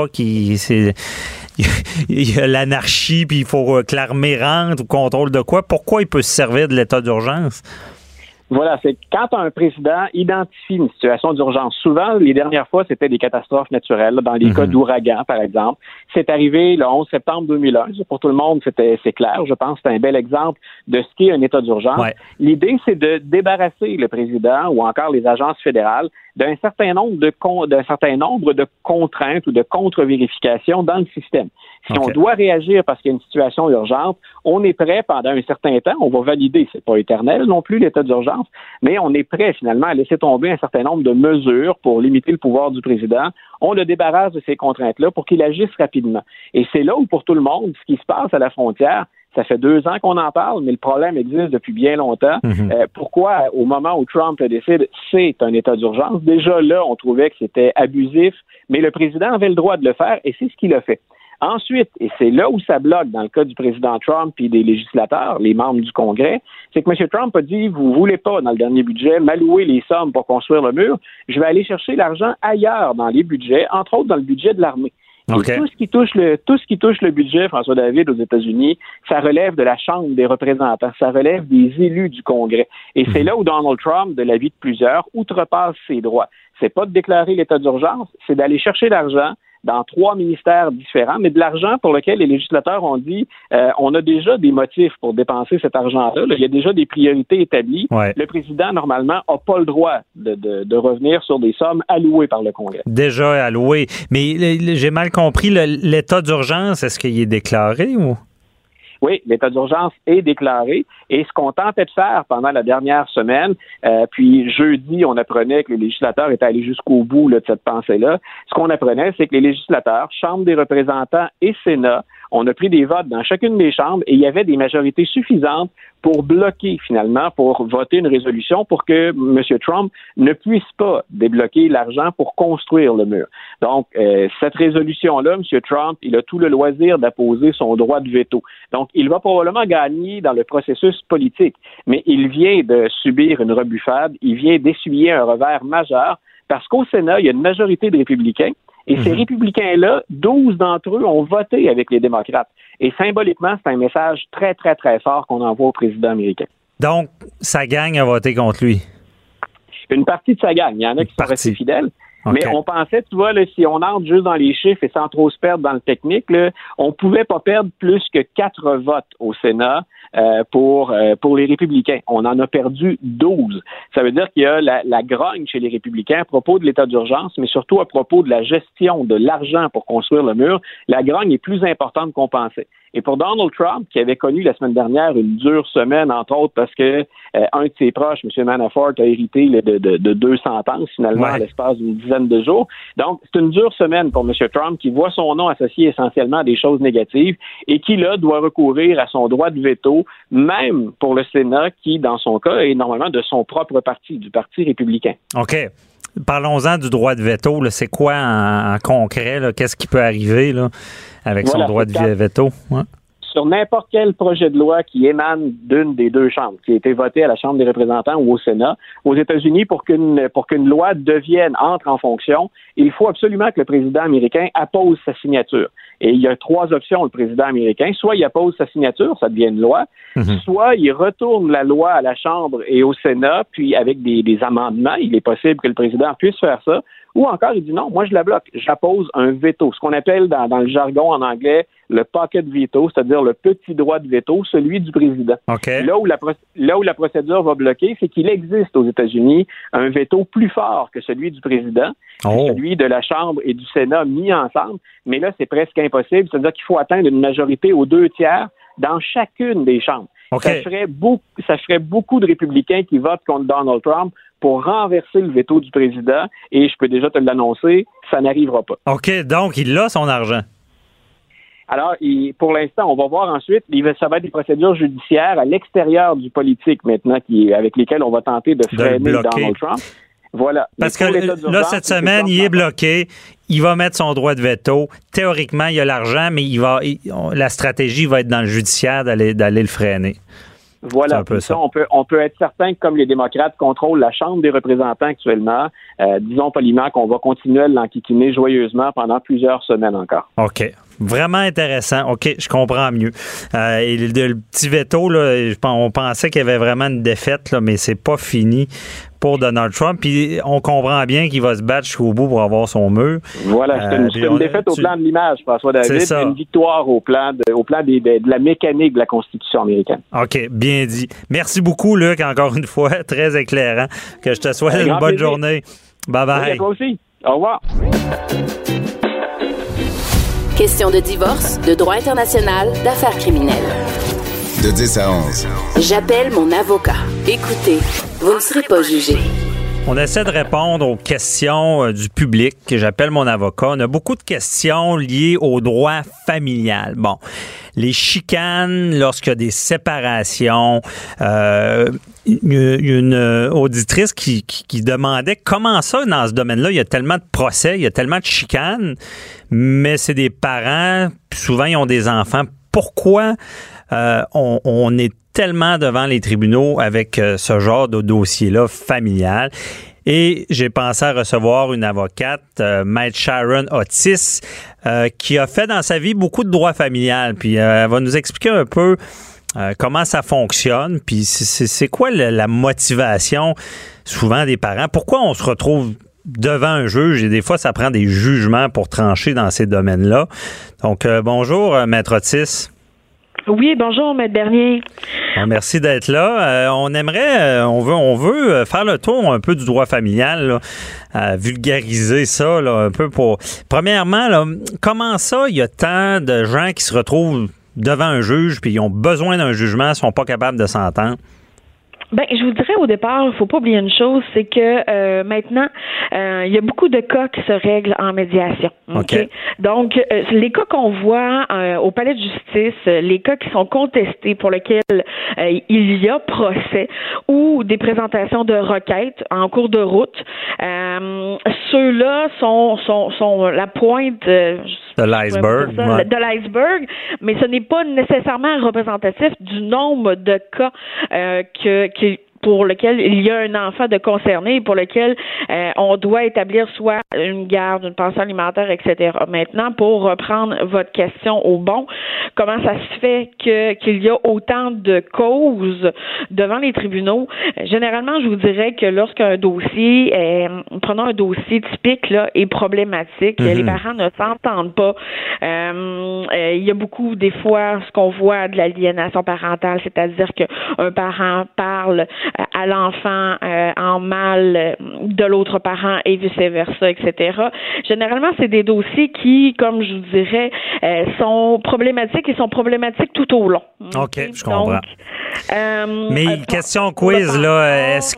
y a l'anarchie puis il faut que l'armée rentre ou contrôle de quoi? Pourquoi il peut se servir de l'état d'urgence? Voilà, c'est quand un président identifie une situation d'urgence. Souvent, les dernières fois, c'était des catastrophes naturelles, dans les cas d'ouragan, par exemple. C'est arrivé le 11 septembre 2001. Pour tout le monde, c'est clair. Je pense que c'est un bel exemple de ce qu'est un état d'urgence. Ouais. L'idée, c'est de débarrasser le président ou encore les agences fédérales d'un certain nombre de contraintes ou de contre-vérifications dans le système. Si on doit réagir parce qu'il y a une situation urgente, on est prêt pendant un certain temps. On va valider, c'est pas éternel non plus l'état d'urgence, mais on est prêt finalement à laisser tomber un certain nombre de mesures pour limiter le pouvoir du président. On le débarrasse de ces contraintes-là pour qu'il agisse rapidement. Et c'est là où, pour tout le monde, ce qui se passe à la frontière, ça fait 2 ans qu'on en parle, mais le problème existe depuis bien longtemps. Pourquoi, au moment où Trump le décide, c'est un état d'urgence? Déjà là, on trouvait que c'était abusif, mais le président avait le droit de le faire et c'est ce qu'il a fait. Ensuite, et c'est là où ça bloque dans le cas du président Trump et des législateurs, les membres du Congrès, c'est que M. Trump a dit, vous voulez pas, dans le dernier budget, m'allouer les sommes pour construire le mur, je vais aller chercher l'argent ailleurs dans les budgets, entre autres dans le budget de l'armée. Okay. Et tout ce qui touche le budget, François David, aux États-Unis, ça relève de la Chambre des représentants, ça relève des élus du Congrès. Et c'est là où Donald Trump, de l'avis de plusieurs, outrepasse ses droits. C'est pas de déclarer l'état d'urgence, c'est d'aller chercher l'argent dans 3 ministères différents, mais de l'argent pour lequel les législateurs ont dit on a déjà des motifs pour dépenser cet argent-là. Là, il y a déjà des priorités établies. Ouais. Le président, normalement, n'a pas le droit de revenir sur des sommes allouées par le Congrès. Déjà allouées. Mais j'ai mal compris, l'état d'urgence, est-ce qu'il est déclaré ou? Oui, l'état d'urgence est déclaré et ce qu'on tentait de faire pendant la dernière semaine, puis jeudi, on apprenait que les législateurs étaient allés jusqu'au bout là, de cette pensée-là. Ce qu'on apprenait, c'est que les législateurs, Chambre des représentants et Sénat, on a pris des votes dans chacune des chambres et il y avait des majorités suffisantes pour bloquer finalement, pour voter une résolution pour que M. Trump ne puisse pas débloquer l'argent pour construire le mur. Donc, cette résolution-là, M. Trump, il a tout le loisir d'apposer son droit de veto. Donc, il va probablement gagner dans le processus politique, mais il vient de subir une rebuffade, il vient d'essuyer un revers majeur parce qu'au Sénat, il y a une majorité de républicains. Et ces républicains-là, 12 d'entre eux ont voté avec les démocrates. Et symboliquement, c'est un message très, très, très fort qu'on envoie au président américain. Donc, sa gang a voté contre lui? Une partie de sa gang. Il y en a qui sont restés fidèles. Okay. Mais on pensait, tu vois, là, si on entre juste dans les chiffres et sans trop se perdre dans le technique, là, on pouvait pas perdre plus que 4 votes au Sénat pour les républicains. On en a perdu 12. Ça veut dire qu'il y a la grogne chez les républicains à propos de l'état d'urgence, mais surtout à propos de la gestion de l'argent pour construire le mur. La grogne est plus importante qu'on pensait. Et pour Donald Trump, qui avait connu la semaine dernière une dure semaine, entre autres, parce que un de ses proches, M. Manafort, a hérité de 2 sentences, finalement, à l'espace d'une dizaine de jours. Donc, c'est une dure semaine pour M. Trump, qui voit son nom associé essentiellement à des choses négatives et qui, là, doit recourir à son droit de veto, même pour le Sénat, qui, dans son cas, est normalement de son propre parti, du Parti républicain. OK. Parlons-en du droit de veto. Là. C'est quoi en concret? Là? Qu'est-ce qui peut arriver là, avec son droit de veto? Ouais. Sur n'importe quel projet de loi qui émane d'une des 2 chambres, qui a été voté à la Chambre des représentants ou au Sénat, aux États-Unis, pour qu'une loi entre en fonction, il faut absolument que le président américain appose sa signature. Et il y a 3 options, le président américain. Soit il appose sa signature, ça devient une loi, soit il retourne la loi à la Chambre et au Sénat, puis avec des amendements, il est possible que le président puisse faire ça, ou encore il dit non, moi je la bloque, j'appose un veto, ce qu'on appelle dans le jargon en anglais le pocket veto, c'est-à-dire le petit droit de veto, celui du président. Okay. Là où la procédure va bloquer, c'est qu'il existe aux États-Unis un veto plus fort que celui du président, celui de la Chambre et du Sénat mis ensemble, mais là c'est presque impossible, c'est-à-dire qu'il faut atteindre une majorité aux 2/3 dans chacune des chambres. Okay. Ça ferait beaucoup de républicains qui votent contre Donald Trump pour renverser le veto du président, et je peux déjà te l'annoncer, ça n'arrivera pas. OK, donc il a son argent. Alors, pour l'instant, on va voir ensuite, ça va être des procédures judiciaires à l'extérieur du politique maintenant, avec lesquelles on va tenter de freiner Donald Trump. Voilà. Parce que là, cette semaine, il est bloqué. Il va mettre son droit de veto. Théoriquement, il a l'argent, mais la stratégie va être dans le judiciaire d'aller le freiner. Voilà, un peu ça. On peut être certain que comme les démocrates contrôlent la Chambre des représentants actuellement, disons poliment qu'on va continuer à l'enquiquiner joyeusement pendant plusieurs semaines encore. OK. Vraiment intéressant. OK, je comprends mieux. Et le petit veto, là, on pensait qu'il y avait vraiment une défaite, là, mais c'est pas fini pour Donald Trump. Puis on comprend bien qu'il va se battre jusqu'au bout pour avoir son mur. Voilà, c'est une défaite au plan de l'image, François David, et une victoire au plan de la mécanique de la Constitution américaine. OK, bien dit. Merci beaucoup, Luc, encore une fois, très éclairant. Que je te souhaite une bonne journée. Bye-bye. Oui, toi aussi. Au revoir. Question de divorce, de droit international, d'affaires criminelles. De 10 à 11. J'appelle mon avocat. Écoutez, vous ne serez pas jugé. On essaie de répondre aux questions du public. J'appelle mon avocat. On a beaucoup de questions liées au droit familial. Bon, les chicanes lorsqu'il y a des séparations. Une auditrice qui demandait comment ça, dans ce domaine-là, il y a tellement de procès, il y a tellement de chicanes, mais c'est des parents, puis souvent ils ont des enfants. Pourquoi on est tellement devant les tribunaux avec ce genre de dossier-là familial? Et j'ai pensé à recevoir une avocate, Maître Sharon Otis, qui a fait dans sa vie beaucoup de droit familial. Puis elle va nous expliquer un peu comment ça fonctionne, puis c'est quoi la motivation souvent des parents? Pourquoi on se retrouve devant un juge et des fois ça prend des jugements pour trancher dans ces domaines-là? Donc bonjour, Maître Otis. Oui, bonjour, Maître Bernier. Merci d'être là. On veut faire le tour un peu du droit familial, là, vulgariser ça là, un peu pour... Premièrement, là, comment ça, il y a tant de gens qui se retrouvent devant un juge puis ils ont besoin d'un jugement, ils sont pas capables de s'entendre? Ben, je vous dirais au départ, il faut pas oublier une chose, c'est que maintenant, il y a beaucoup de cas qui se règlent en médiation. Okay? Donc, les cas qu'on voit au palais de justice, les cas qui sont contestés pour lesquels il y a procès ou des présentations de requêtes en cours de route, ceux-là sont la pointe de l'iceberg. De l'iceberg, mais ce n'est pas nécessairement représentatif du nombre de cas pour lequel il y a un enfant de concerné, pour lequel on doit établir soit une garde, une pension alimentaire, etc. Maintenant, pour reprendre votre question au bon, comment ça se fait qu'il y a autant de causes devant les tribunaux? Généralement, je vous dirais que lorsqu'un dossier, prenons un dossier typique, là, est problématique, les parents ne s'entendent pas. Il y a beaucoup, des fois, ce qu'on voit de l'aliénation parentale, c'est-à-dire qu'un parent parle à l'enfant en mal de l'autre parent et vice-versa, etc. Généralement, c'est des dossiers qui, comme je vous dirais, sont problématiques et sont problématiques tout au long. OK, je comprends. Donc, mais question quiz, là, est-ce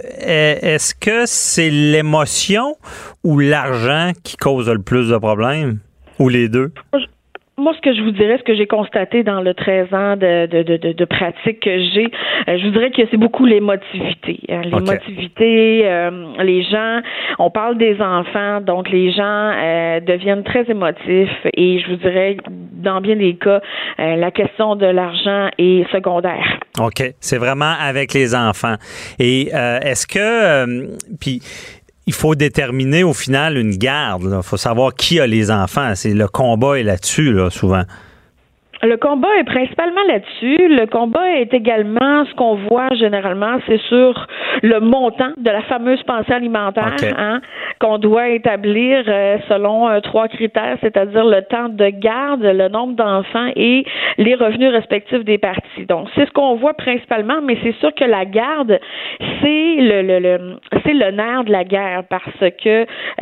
que c'est l'émotion ou l'argent qui cause le plus de problèmes? Ou les deux? Moi, ce que je vous dirais, ce que j'ai constaté dans le 13 ans de pratique que j'ai, je vous dirais que c'est beaucoup l'émotivité. L'émotivité, les gens, on parle des enfants, donc les gens deviennent très émotifs et je vous dirais, dans bien des cas, la question de l'argent est secondaire. OK. C'est vraiment avec les enfants. Et est-ce que... puis il faut déterminer au final une garde. Il faut savoir qui a les enfants. C'est le combat est là-dessus, là, souvent. Le combat est principalement là-dessus. Le combat est également, ce qu'on voit généralement, c'est sur le montant de la fameuse pension alimentaire qu'on doit établir selon 3 critères, c'est-à-dire le temps de garde, le nombre d'enfants et les revenus respectifs des parties. Donc, c'est ce qu'on voit principalement, mais c'est sûr que la garde, c'est le nerf de la guerre parce que,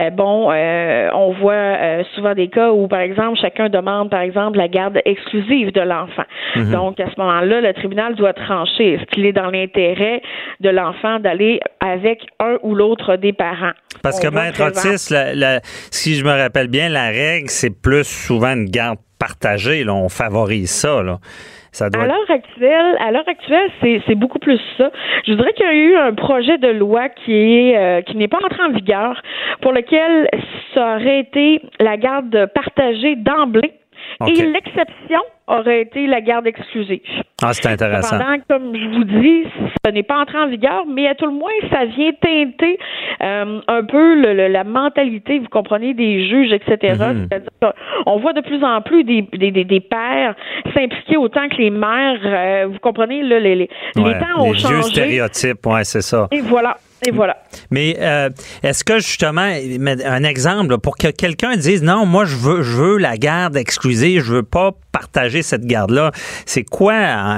on voit souvent des cas où, par exemple, chacun demande, par exemple, la garde exclusive de l'enfant. Donc, à ce moment-là, le tribunal doit trancher. Est-ce qu'il est dans l'intérêt de l'enfant d'aller avec un ou l'autre des parents? Parce que, Maître Otis, si je me rappelle bien, la règle, c'est plus souvent une garde partagée. Là. On favorise ça. Là. Ça doit... À l'heure actuelle, c'est beaucoup plus ça. Je dirais qu'il y a eu un projet de loi qui n'est pas entré en vigueur, pour lequel ça aurait été la garde partagée d'emblée. Okay. Et l'exception aurait été la garde exclusive. Ah, c'est intéressant. Cependant, comme je vous dis, ça n'est pas entré en vigueur, mais à tout le moins, ça vient teinter un peu la mentalité, vous comprenez, des juges, etc. C'est-à-dire qu'on voit de plus en plus des pères s'impliquer autant que les mères. Vous comprenez, là, les temps ont changé. Les vieux stéréotypes, oui, c'est ça. Et voilà. Mais est-ce que justement, un exemple là, pour que quelqu'un dise non, moi je veux la garde exclusive, je veux pas partager cette garde-là, c'est quoi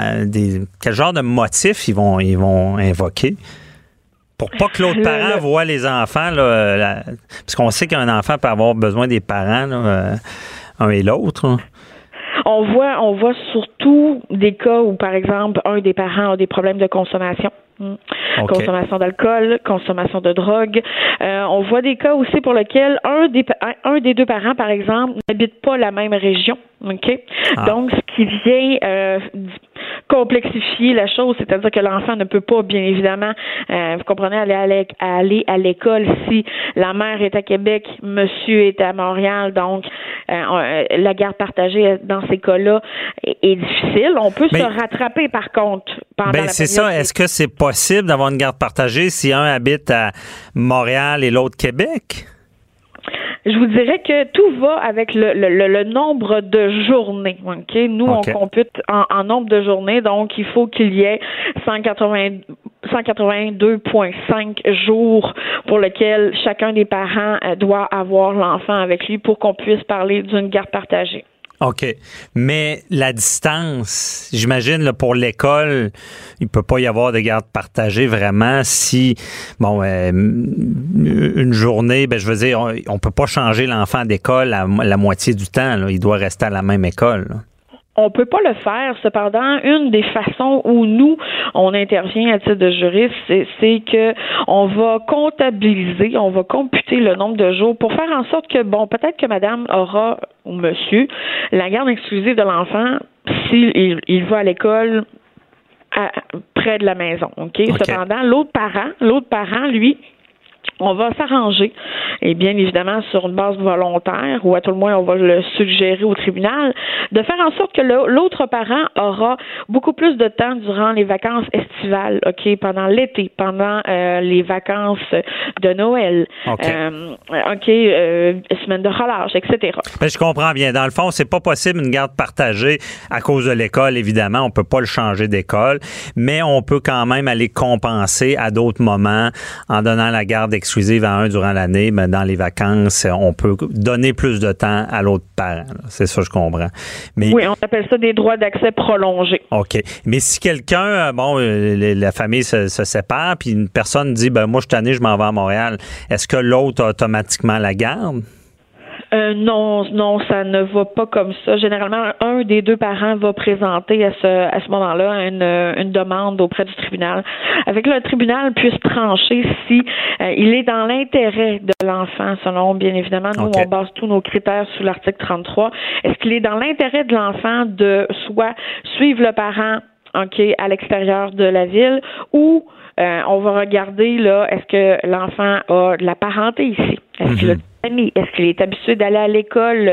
quel genre de motif ils vont invoquer? Pour pas que l'autre parent voit les enfants, là, parce qu'on sait qu'un enfant peut avoir besoin des parents, là, un et l'autre. Là. On voit surtout des cas où, par exemple, un des parents a des problèmes de consommation. Okay. Consommation d'alcool, consommation de drogue. On voit des cas aussi pour lesquels un des deux parents, par exemple, n'habite pas la même région. OK? Donc, ce qui vient complexifier la chose, c'est-à-dire que l'enfant ne peut pas, bien évidemment, vous comprenez, aller à l'école si la mère est à Québec, monsieur est à Montréal, donc la garde partagée dans ces cas-là est difficile. On peut se rattraper, par contre, pendant la période. C'est ça. Est-ce que c'est possible d'avoir une garde partagée si un habite à Montréal et l'autre Québec? Je vous dirais que tout va avec le nombre de journées. Okay? Nous, on compute en nombre de journées, donc il faut qu'il y ait 182,5 jours pour lesquels chacun des parents doit avoir l'enfant avec lui pour qu'on puisse parler d'une garde partagée. OK. Mais la distance, j'imagine, là, pour l'école, il peut pas y avoir de garde partagée vraiment si, une journée, je veux dire, on peut pas changer l'enfant d'école la moitié du temps. Là. Il doit rester à la même école. Là. On peut pas le faire. Cependant, une des façons où nous, on intervient à titre de juriste, c'est que on va comptabiliser, on va computer le nombre de jours pour faire en sorte que, peut-être que madame aura, ou monsieur, la garde exclusive de l'enfant s'il va à l'école près de la maison. OK? Cependant, l'autre parent, lui, on va s'arranger, et bien évidemment sur une base volontaire, ou à tout le moins on va le suggérer au tribunal, de faire en sorte que l'autre parent aura beaucoup plus de temps durant les vacances estivales, pendant l'été, pendant les vacances de Noël, semaine de relâche, etc. Ben, je comprends bien. Dans le fond, c'est pas possible une garde partagée à cause de l'école, évidemment. On peut pas le changer d'école, mais on peut quand même aller compenser à d'autres moments en donnant la garde exclusive à un durant l'année. Ben, dans les vacances, on peut donner plus de temps à l'autre parent. Là. C'est ça, je comprends. Mais, oui, on appelle ça des droits d'accès prolongés. OK. Mais si quelqu'un, la famille se sépare, puis une personne dit, ben moi, je suis tanné, je m'en vais à Montréal, est-ce que l'autre a automatiquement la garde? Non, ça ne va pas comme ça. Généralement, un des deux parents va présenter à ce moment-là une demande auprès du tribunal, avec que le tribunal puisse trancher si il est dans l'intérêt de l'enfant, selon, bien évidemment, nous, on base tous nos critères sur l'article 33. Est-ce qu'il est dans l'intérêt de l'enfant de soit suivre le parent à l'extérieur de la ville, ou on va regarder là, est-ce que l'enfant a de la parenté ici? Est-ce qu'il a est-ce qu'il est habitué d'aller à l'école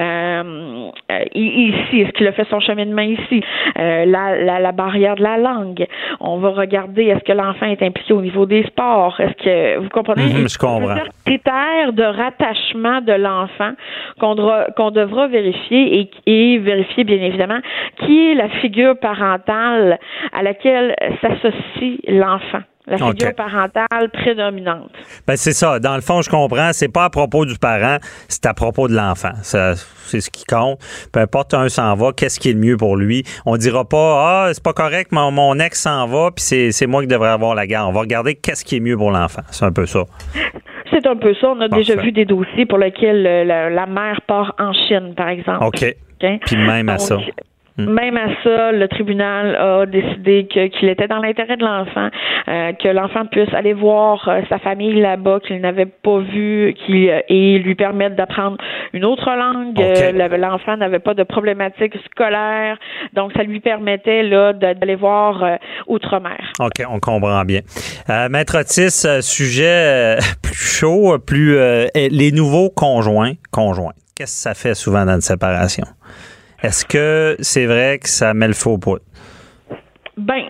ici? Est-ce qu'il a fait son cheminement ici? La barrière de la langue. On va regarder, est-ce que l'enfant est impliqué au niveau des sports? Est-ce que vous comprenez? Je comprends. Critères de rattachement de l'enfant qu'on devra vérifier et vérifier, bien évidemment, qui est la figure parentale à laquelle s'associe l'enfant. La figure parentale prédominante. Ben c'est ça. Dans le fond, je comprends. C'est pas à propos du parent, c'est à propos de l'enfant. C'est ce qui compte. Peu importe un s'en va, qu'est-ce qui est le mieux pour lui. On dira pas, c'est pas correct, mon ex s'en va, puis c'est moi qui devrais avoir la garde. On va regarder qu'est-ce qui est mieux pour l'enfant. C'est un peu ça. C'est un peu ça. On a déjà vu des dossiers pour lesquels la mère part en Chine, par exemple. OK. Puis même à ça. Même à ça, le tribunal a décidé qu'il était dans l'intérêt de l'enfant, que l'enfant puisse aller voir sa famille là-bas qu'il n'avait pas vue, et lui permettre d'apprendre une autre langue. L'enfant n'avait pas de problématiques scolaires, donc ça lui permettait là d'aller voir outre-mer. OK, on comprend bien. Maître Otis, sujet plus chaud, les nouveaux conjoints. Qu'est-ce que ça fait souvent dans une séparation? Est-ce que c'est vrai que ça met le faux poudre? Ben,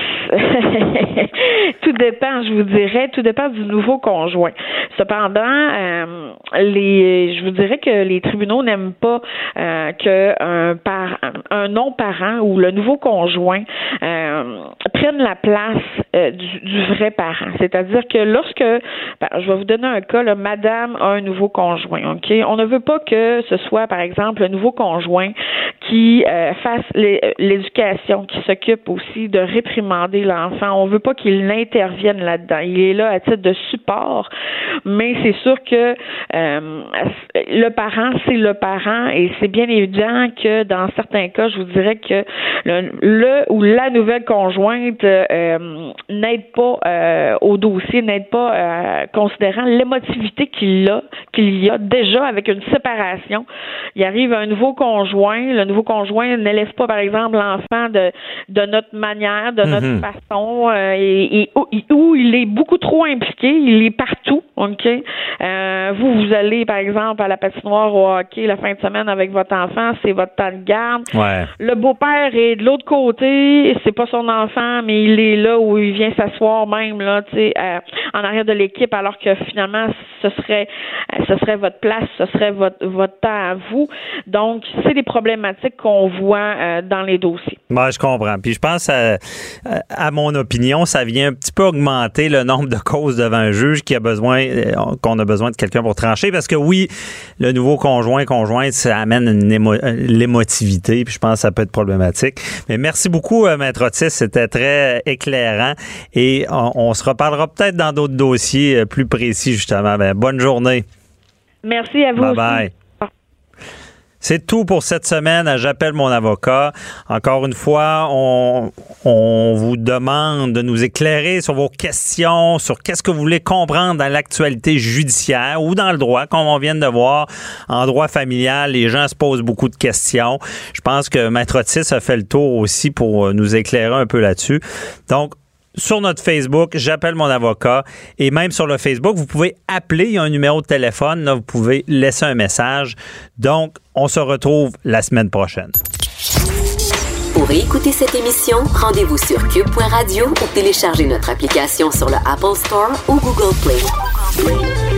tout dépend, je vous dirais, tout dépend du nouveau conjoint. Cependant, je vous dirais que les tribunaux n'aiment pas un non-parent ou le nouveau conjoint prenne la place du vrai parent. C'est-à-dire que lorsque, je vais vous donner un cas, là, madame a un nouveau conjoint, OK? On ne veut pas que ce soit, par exemple, le nouveau conjoint qui fasse l'éducation, qui s'occupe aussi de réprimander l'enfant. On veut pas qu'il intervienne là-dedans. Il est là à titre de support, mais c'est sûr que le parent, c'est le parent, et c'est bien évident que dans certains cas, je vous dirais que le ou la nouvelle conjointe n'aide pas au dossier, n'aide pas considérant l'émotivité qu'il y a déjà avec une séparation. Il arrive un nouveau conjoint, le nouveau conjoint n'élève pas, par exemple, l'enfant de notre manière, de notre façon, et où il est beaucoup trop impliqué, il est partout, OK? Vous allez, par exemple, à la patinoire au hockey la fin de semaine avec votre enfant, c'est votre temps de garde. Ouais. Le beau-père est de l'autre côté, c'est pas son enfant, mais il est là où il vient s'asseoir même, là, tu sais, en arrière de l'équipe, alors que finalement, ce serait votre place, ce serait votre temps à vous. Donc, c'est des problématiques qu'on voit dans les dossiers. Moi, je comprends. Puis je pense, à mon opinion, ça vient un petit peu augmenter le nombre de causes devant un juge qu'on a besoin de quelqu'un pour trancher. Parce que oui, le nouveau conjointe, ça amène l'émotivité. Puis je pense que ça peut être problématique. Mais merci beaucoup, Maître Otis. C'était très éclairant. Et on se reparlera peut-être dans d'autres dossiers plus précis, justement. Bonne journée. Merci à vous. Bye-bye. C'est tout pour cette semaine à J'appelle mon avocat. Encore une fois, on vous demande de nous éclairer sur vos questions, sur qu'est-ce que vous voulez comprendre dans l'actualité judiciaire ou dans le droit, comme on vient de voir. En droit familial, les gens se posent beaucoup de questions. Je pense que Maître Otis a fait le tour aussi pour nous éclairer un peu là-dessus. Donc, sur notre Facebook, J'appelle mon avocat, et même sur le Facebook, vous pouvez appeler, il y a un numéro de téléphone, là, vous pouvez laisser un message. Donc, on se retrouve la semaine prochaine. Pour écouter cette émission, rendez-vous sur cube.radio ou téléchargez notre application sur le Apple Store ou Google Play.